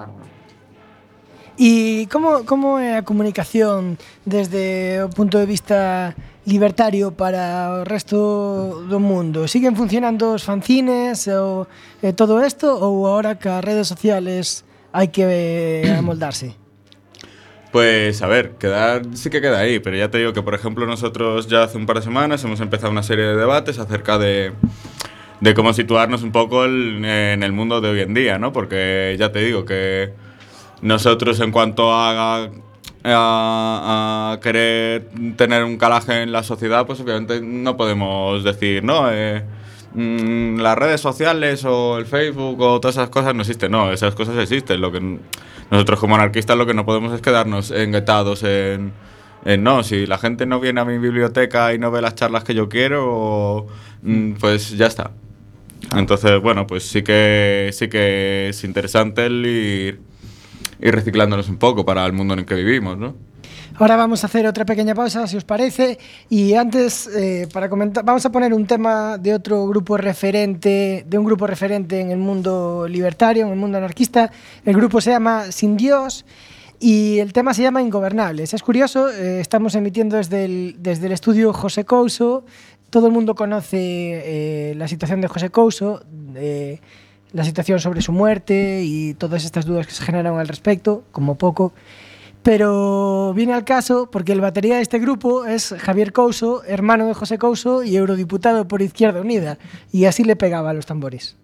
E como é a comunicación desde o punto de vista libertario para o resto do mundo? Siguen funcionando os fanzines ou todo isto, ou agora que as redes sociales hai que amoldarse? Pues a ver, sí que queda ahí, pero ya te digo que por ejemplo nosotros ya hace un par de semanas hemos empezado una serie de debates acerca de cómo situarnos un poco en el mundo de hoy en día, ¿no? Porque ya te digo que nosotros en cuanto a querer tener un calaje en la sociedad, pues obviamente no podemos decir, no, las redes sociales o el Facebook o todas esas cosas no existen. No, esas cosas existen. Lo que nosotros como anarquistas lo que no podemos es quedarnos enguetados en no, si la gente no viene a mi biblioteca y no ve las charlas que yo quiero, pues ya está. Entonces, bueno, pues sí que es interesante el ir reciclándonos un poco para el mundo en el que vivimos, ¿no? Ahora vamos a hacer otra pequeña pausa, si os parece, y antes, para comentar, vamos a poner un tema de otro grupo referente, de un grupo referente en el mundo libertario, en el mundo anarquista. El grupo se llama Sin Dios y el tema se llama Ingobernables. Es curioso, estamos emitiendo desde el estudio José Couso. Todo el mundo conoce la situación de José Couso, la situación sobre su muerte y todas estas dudas que se generaron al respecto, como poco. Pero viene al caso porque el batería de este grupo es Javier Couso, hermano de José Couso y eurodiputado por Izquierda Unida, y así le pegaba a los tambores.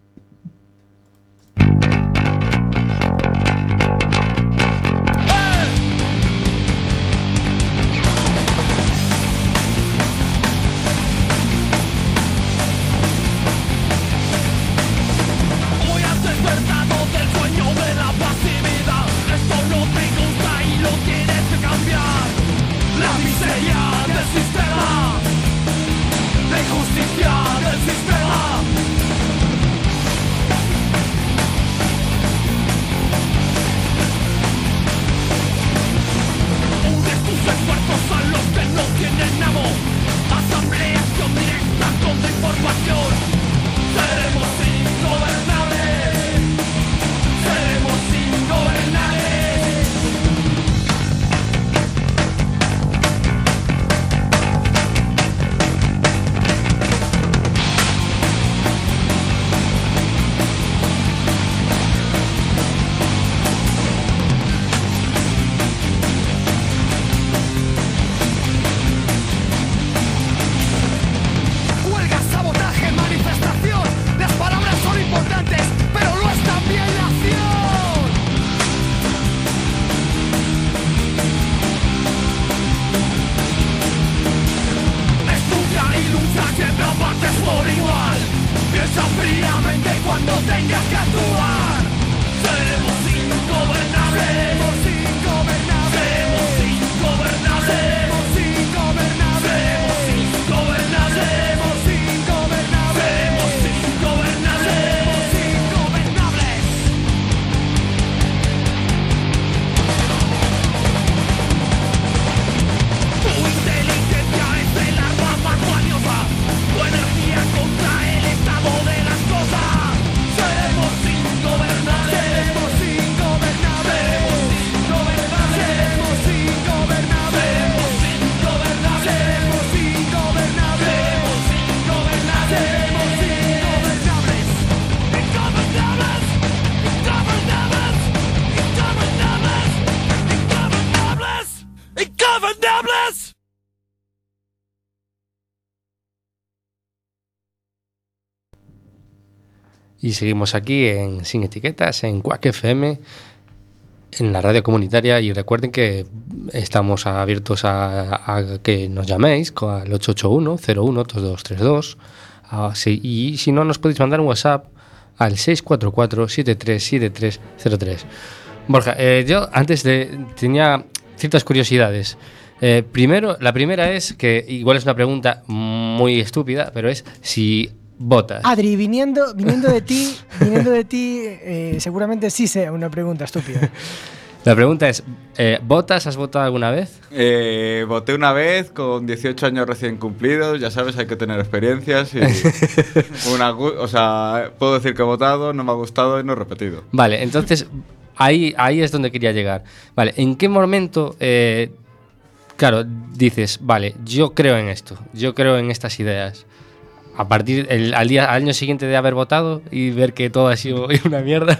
Y seguimos aquí en Sin Etiquetas, en Quack FM. en la radio comunitaria, y recuerden que estamos abiertos a que nos llaméis al 881-01-2232 y si no, nos podéis mandar un WhatsApp al 644-737303. Borja, yo antes tenía ciertas curiosidades. Primero, la primera es que igual es una pregunta muy estúpida, pero es si votas. Adri, viniendo de ti, seguramente sí sea una pregunta estúpida. La pregunta es, ¿votas? ¿Has votado alguna vez? Voté una vez con 18 años recién cumplidos, ya sabes, hay que tener experiencias y o sea, puedo decir que he votado, no me ha gustado y no he repetido. Vale, entonces ahí es donde quería llegar. Vale, ¿en qué momento, claro, dices, vale, yo creo en esto, yo creo en estas ideas? A partir al año siguiente de haber votado y ver que todo ha sido una mierda.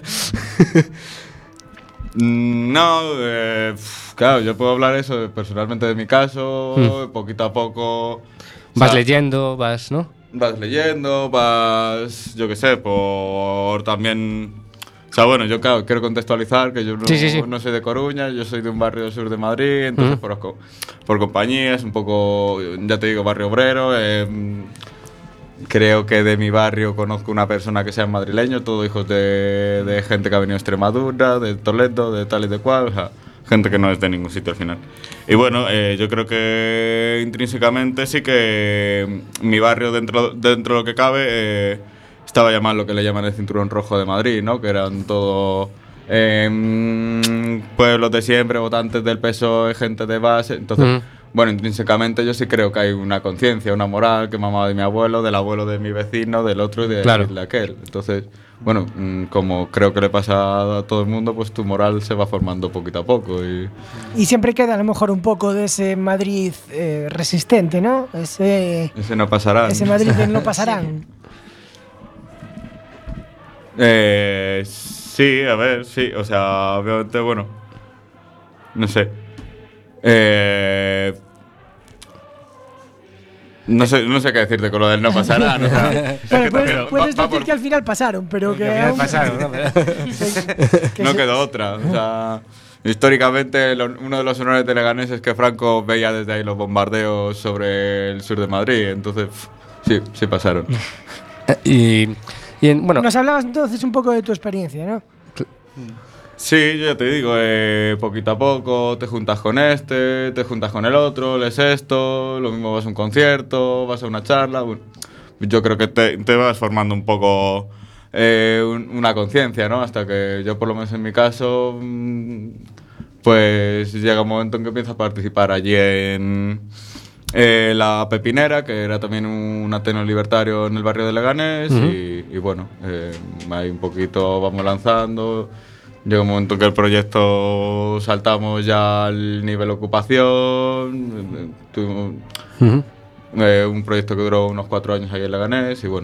No, claro, yo puedo hablar eso personalmente de mi caso, poquito a poco. Vas leyendo, ¿no? Vas leyendo, yo qué sé, por también. O sea, bueno, yo claro, quiero contextualizar que yo no soy de Coruña, yo soy de un barrio del sur de Madrid, entonces por compañías, un poco, ya te digo, barrio obrero. Creo que de mi barrio conozco una persona que sea madrileño, todos hijos de gente que ha venido de Extremadura, de Toledo, de tal y de cual, o sea, gente que no es de ningún sitio al final. Y bueno, yo creo que intrínsecamente sí que mi barrio, dentro de lo que cabe, estaba llamado lo que le llaman el cinturón rojo de Madrid, ¿no? Que eran todos pueblos de siempre, votantes del PSOE, gente de base, entonces... Bueno, intrínsecamente yo sí creo que hay una conciencia, una moral que mamaba de mi abuelo, del abuelo de mi vecino, del otro y de aquel. Entonces, bueno, como creo que le pasa a todo el mundo, pues tu moral se va formando poquito a poco. Y siempre queda a lo mejor un poco de ese Madrid resistente, ¿no? Ese no pasarán. Ese Madrid del no pasarán. Sí, a ver, sí. O sea, obviamente, bueno, no sé. No sé qué decirte con lo del no pasará. ¿no? O sea, puedes decir que al final pasaron, pero que al final pasaron, ¿no? No quedó otra. O sea, históricamente uno de los honores de Leganés es que Franco veía desde ahí los bombardeos sobre el sur de Madrid. Entonces, sí pasaron. Bueno, nos hablabas entonces un poco de tu experiencia, ¿no? Sí, yo ya te digo, poquito a poco te juntas con este, te juntas con el otro, lees esto, lo mismo vas a un concierto, vas a una charla. Bueno, yo creo que te vas formando un poco una conciencia, ¿no? Hasta que yo, por lo menos en mi caso, pues llega un momento en que empiezo a participar allí en La Pepinera, que era también un Ateneo libertario en el barrio de Leganés, y bueno, ahí un poquito vamos lanzando. Llega un momento en que el proyecto saltamos ya al nivel ocupación. Tuvimos un proyecto que duró unos 4 años ahí en Leganés y bueno.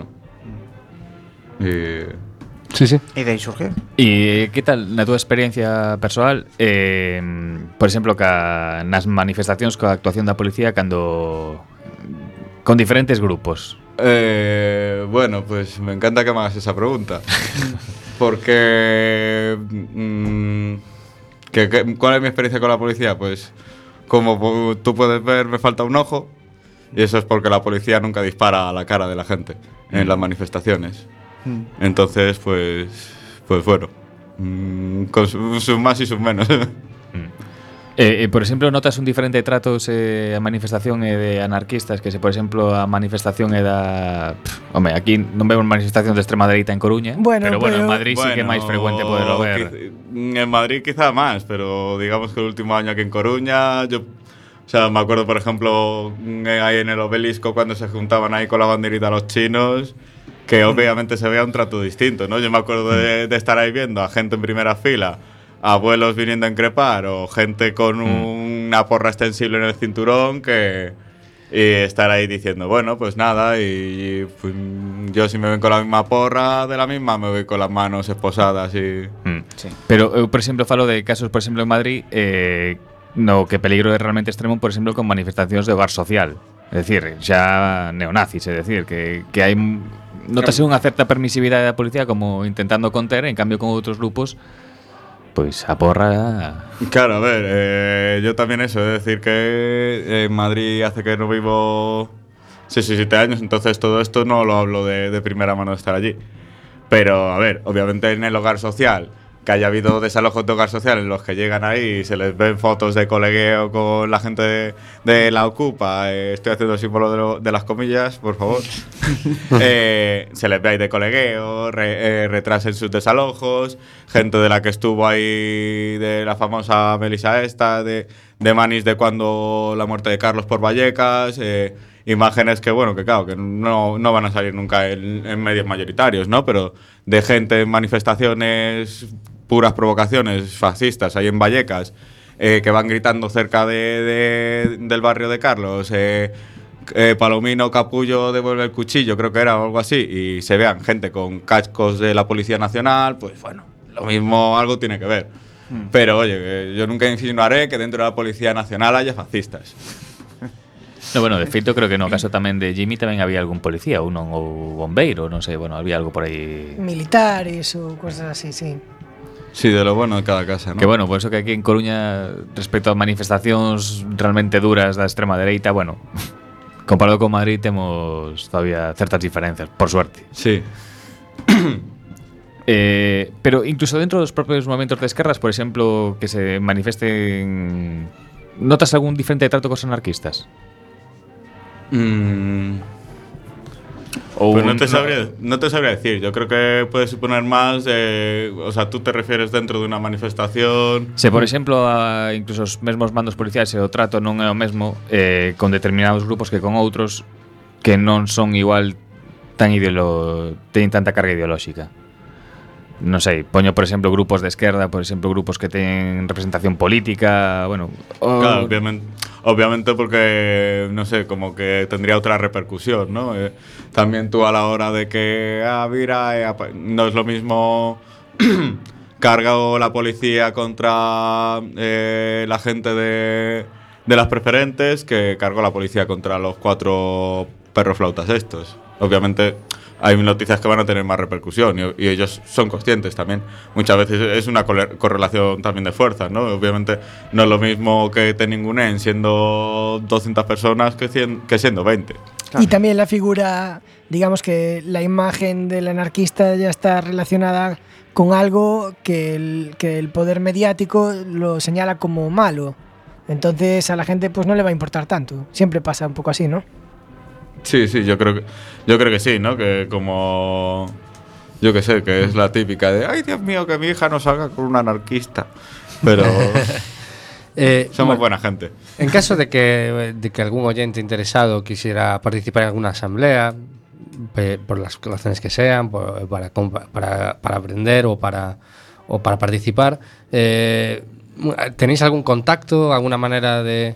Sí. E de aí surge. E que tal na túa experiencia persoal, por exemplo, nas manifestacións coa actuación da policía cando con diferentes grupos? Bueno, pues me encanta que me hagas esa pregunta. Porque ¿cuál es mi experiencia con la policía? Pues como tú puedes ver, me falta un ojo. Y eso es porque la policía nunca dispara a la cara de la gente en las manifestaciones. Entonces, pues bueno, con sus más y sus menos. Por exemplo, notas un diferente trato a manifestación de anarquistas que se, por exemplo, a manifestación é da... Home, aquí non vemos manifestación de extrema dereita en Coruña, pero en Madrid sí que é máis frecuente poderlo ver. En Madrid quizá más, pero digamos que el último año aquí en Coruña, o sea, me acuerdo, por ejemplo, ahí en el Obelisco cuando se juntaban ahí con la banderita los chinos, que obviamente se veía un trato distinto, ¿no? Yo me acuerdo de estar ahí viendo a gente en primera fila, abuelos viniendo a increpar o gente con una porra extensible en el cinturón y estar ahí diciendo, bueno, pues nada, y pues, yo si me ven con la misma porra de la misma, me voy con las manos esposadas y... Sí. Pero eu, por exemplo, falo de casos, por exemplo, en Madrid no que peligro é realmente extremo, por exemplo, con manifestacións de hogar social, é dicir, xa neonazis, é dicir, que hai notase unha certa permisividade da policía como intentando conter, en cambio con outros grupos Pois a porra... Claro, a ver, yo también eso, es decir que en Madrid hace que no vivo 6 o 7 años, entonces todo esto no lo hablo de primera mano de estar allí. Pero, a ver, obviamente en el hogar social, que haya habido desalojos de hogar social en los que llegan ahí y se les ven fotos de colegueo con la gente de la Ocupa, estoy haciendo el símbolo de las comillas, por favor, se les ve ahí de colegueo, retrasen sus desalojos, gente de la que estuvo ahí, de la famosa Melissa esta, de Manis de cuando la muerte de Carlos por Vallecas, imágenes que, bueno, que claro, que no van a salir nunca en medios mayoritarios, ¿no? Pero de gente en manifestaciones, puras provocaciones fascistas ahí en Vallecas, que van gritando cerca del barrio de Carlos, Palomino Capullo devuelve el cuchillo, creo que era o algo así, y se vean gente con cascos de la Policía Nacional, pues bueno, lo mismo algo tiene que ver. Pero oye, yo nunca insinuaré que dentro de la Policía Nacional haya fascistas. No, bueno, de feito creo que no caso tamén de Jimmy tamén había algún policía ou non, ou bombeiro, non sei, bueno, había algo por aí. Militares ou cosas así, sí. Sí, de lo bueno de cada casa, ¿no? Que bueno, por eso que aquí en Coruña, respecto a manifestacións realmente duras da extrema dereita, bueno, comparado con Madrid temos todavía certas diferencias, por suerte. Sí. Pero incluso dentro dos propios movimientos de esquerras, por exemplo, que se manifesten, notas algún diferente trato cos anarquistas? Pues no te sabría decir. Yo creo que puede suponer más. O sea, tú te refieres dentro de una manifestación. Se, por exemplo, incluso os mesmos mandos policiais e o trato non é o mesmo con determinados grupos que con outros que non son igual teñen tanta carga ideolóxica. Non sei, poño, por exemplo, grupos de esquerda, por exemplo, grupos que teñen representación política, bueno... Claro, obviamente porque, no sé, como que tendría otra repercusión, ¿no? También tú a la hora de que, mira, no es lo mismo carga la policía contra la gente de las preferentes que cargó la policía contra los 4 perros flautas estos. Obviamente... hay noticias que van a tener más repercusión y ellos son conscientes también. Muchas veces es una correlación también de fuerzas, ¿no? Obviamente no es lo mismo que te ningunen siendo 200 personas que siendo 20. Claro. Y también la figura, digamos que la imagen del anarquista ya está relacionada con algo que el poder mediático lo señala como malo. Entonces a la gente pues no le va a importar tanto. Siempre pasa un poco así, ¿no? Sí, yo creo que sí, ¿no? Que como... Yo que sé, que es la típica de ¡ay, Dios mío, que mi hija no salga con un anarquista! Pero... somos buena gente. En caso de que algún oyente interesado quisiera participar en alguna asamblea, por las razones que sean, para aprender o para participar, ¿tenéis algún contacto, alguna manera de...?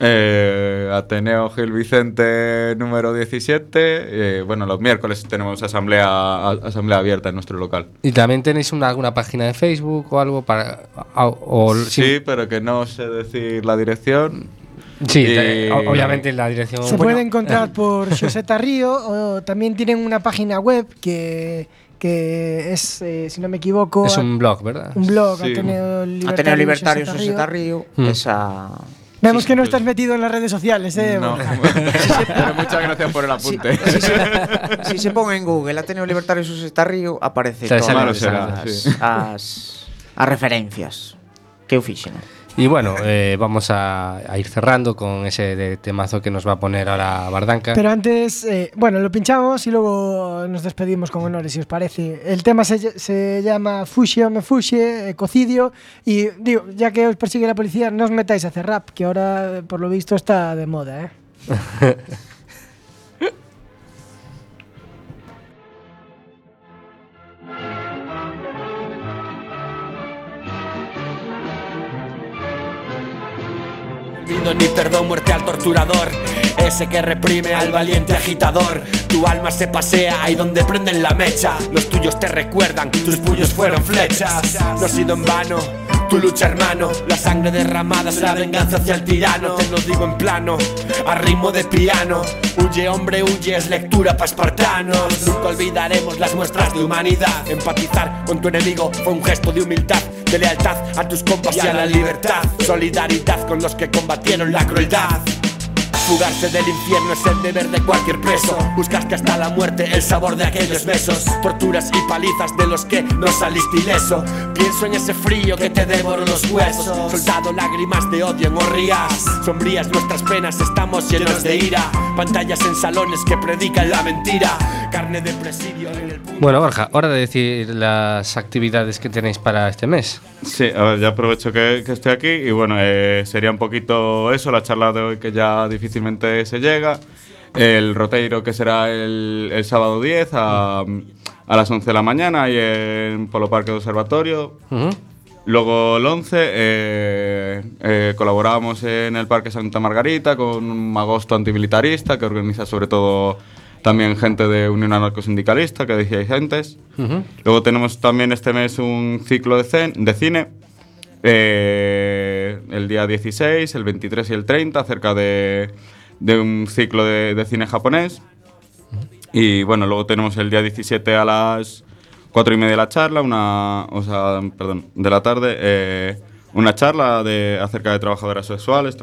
Ateneo Gil Vicente número 17. Bueno, los miércoles tenemos asamblea abierta en nuestro local. ¿Y también tenéis alguna página de Facebook o algo para...? Sí, pero que no sé decir la dirección. Sí, obviamente la dirección... Se puede encontrar por Xoseta Río, o también tienen una página web que es, si no me equivoco... Es un blog, ¿verdad? Un blog, sí. Ateneo Libertario Xoseta Río. Esa... Vemos que no estás metido en las redes sociales, No, pero muchas gracias por el apunte. Si se pone en Google Ateneo Libertario Xoseta Río, aparece todas as referencias que eu fixen. Y bueno, vamos a ir cerrando con ese temazo que nos va a poner ahora Bardanca. Pero antes, bueno, lo pinchamos y luego nos despedimos con honores, si os parece. El tema se llama Fuxio me fuxe, ecocidio. Y digo, ya que os persigue la policía, no os metáis a hacer rap, que ahora, por lo visto, está de moda, ¿eh? Ni perdón, muerte al torturador, ese que reprime al valiente agitador. Tu alma se pasea ahí donde prenden la mecha. Los tuyos te recuerdan, tus puños fueron flechas. No ha sido en vano tu lucha, hermano. La sangre derramada es la venganza hacia el tirano. Te lo digo en plano, a ritmo de piano. Huye, hombre, huye, es lectura pa' espartanos. Nunca olvidaremos las muestras de humanidad. Empatizar con tu enemigo fue un gesto de humildad. de lealtad a tus compas y a la libertad, solidaridad con los que combatieron la crueldad. Fugarse del infierno es el deber de cualquier preso. Buscaste hasta la muerte el sabor de aquellos besos, torturas y palizas de los que no saliste ileso. Pienso en ese frío que te devoró los huesos, soldado lágrimas de odio en horrías. Sombrías nuestras penas, estamos llenos de ira. Pantallas en salones que predican la mentira. Carne de presidio en el... Bueno, Borja, hora de decir las actividades que tenéis para este mes. Sí, a ver, ya aprovecho que estoy aquí y bueno, sería un poquito eso, la charla de hoy que ya difícilmente se llega. El roteiro que será el sábado 10 a las 11 de la mañana ahí en Polo Parque de Observatorio. Luego el 11 colaboramos en el Parque Santa Margarita con un agosto antimilitarista que organiza sobre todo también gente de Unión Anarcosindicalista, que decíais antes. Luego tenemos también este mes un ciclo de cine, el día 16, el 23 y el 30, acerca de un ciclo de cine japonés. Y bueno, luego tenemos el día 17 a las 4:30 de la charla, de la tarde, una charla acerca de trabajadores sexuales.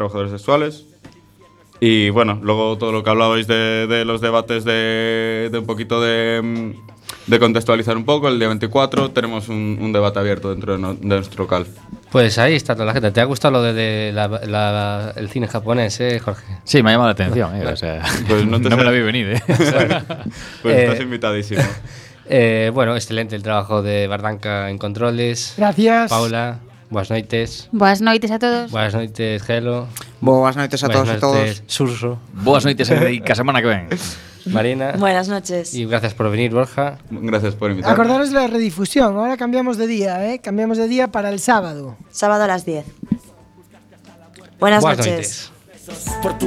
Y bueno, luego todo lo que hablabais de los debates de un poquito de contextualizar un poco. El día 24 tenemos un debate abierto dentro de nuestro local. Pues ahí está toda la gente. ¿Te ha gustado lo de el cine japonés, Jorge? Sí, me ha llamado la atención. O sea, pues no me la vi venir. Pues estás invitadísimo. Bueno, excelente el trabajo de Bardanca en controles. Gracias. Paula, buenas noites. Buenas noites a todos. Buenas noites, Gelo. Buenas noites a todos e todos. Surso. Buenas noites e que a semana que ven. Marina. Buenas noches. Y gracias por venir, Borja. Gracias por invitarme. Acordaros de la redifusión. Ahora cambiamos de día, ¿eh? Cambiamos de día para el sábado. Sábado a las 10. Buenas noches. Noites.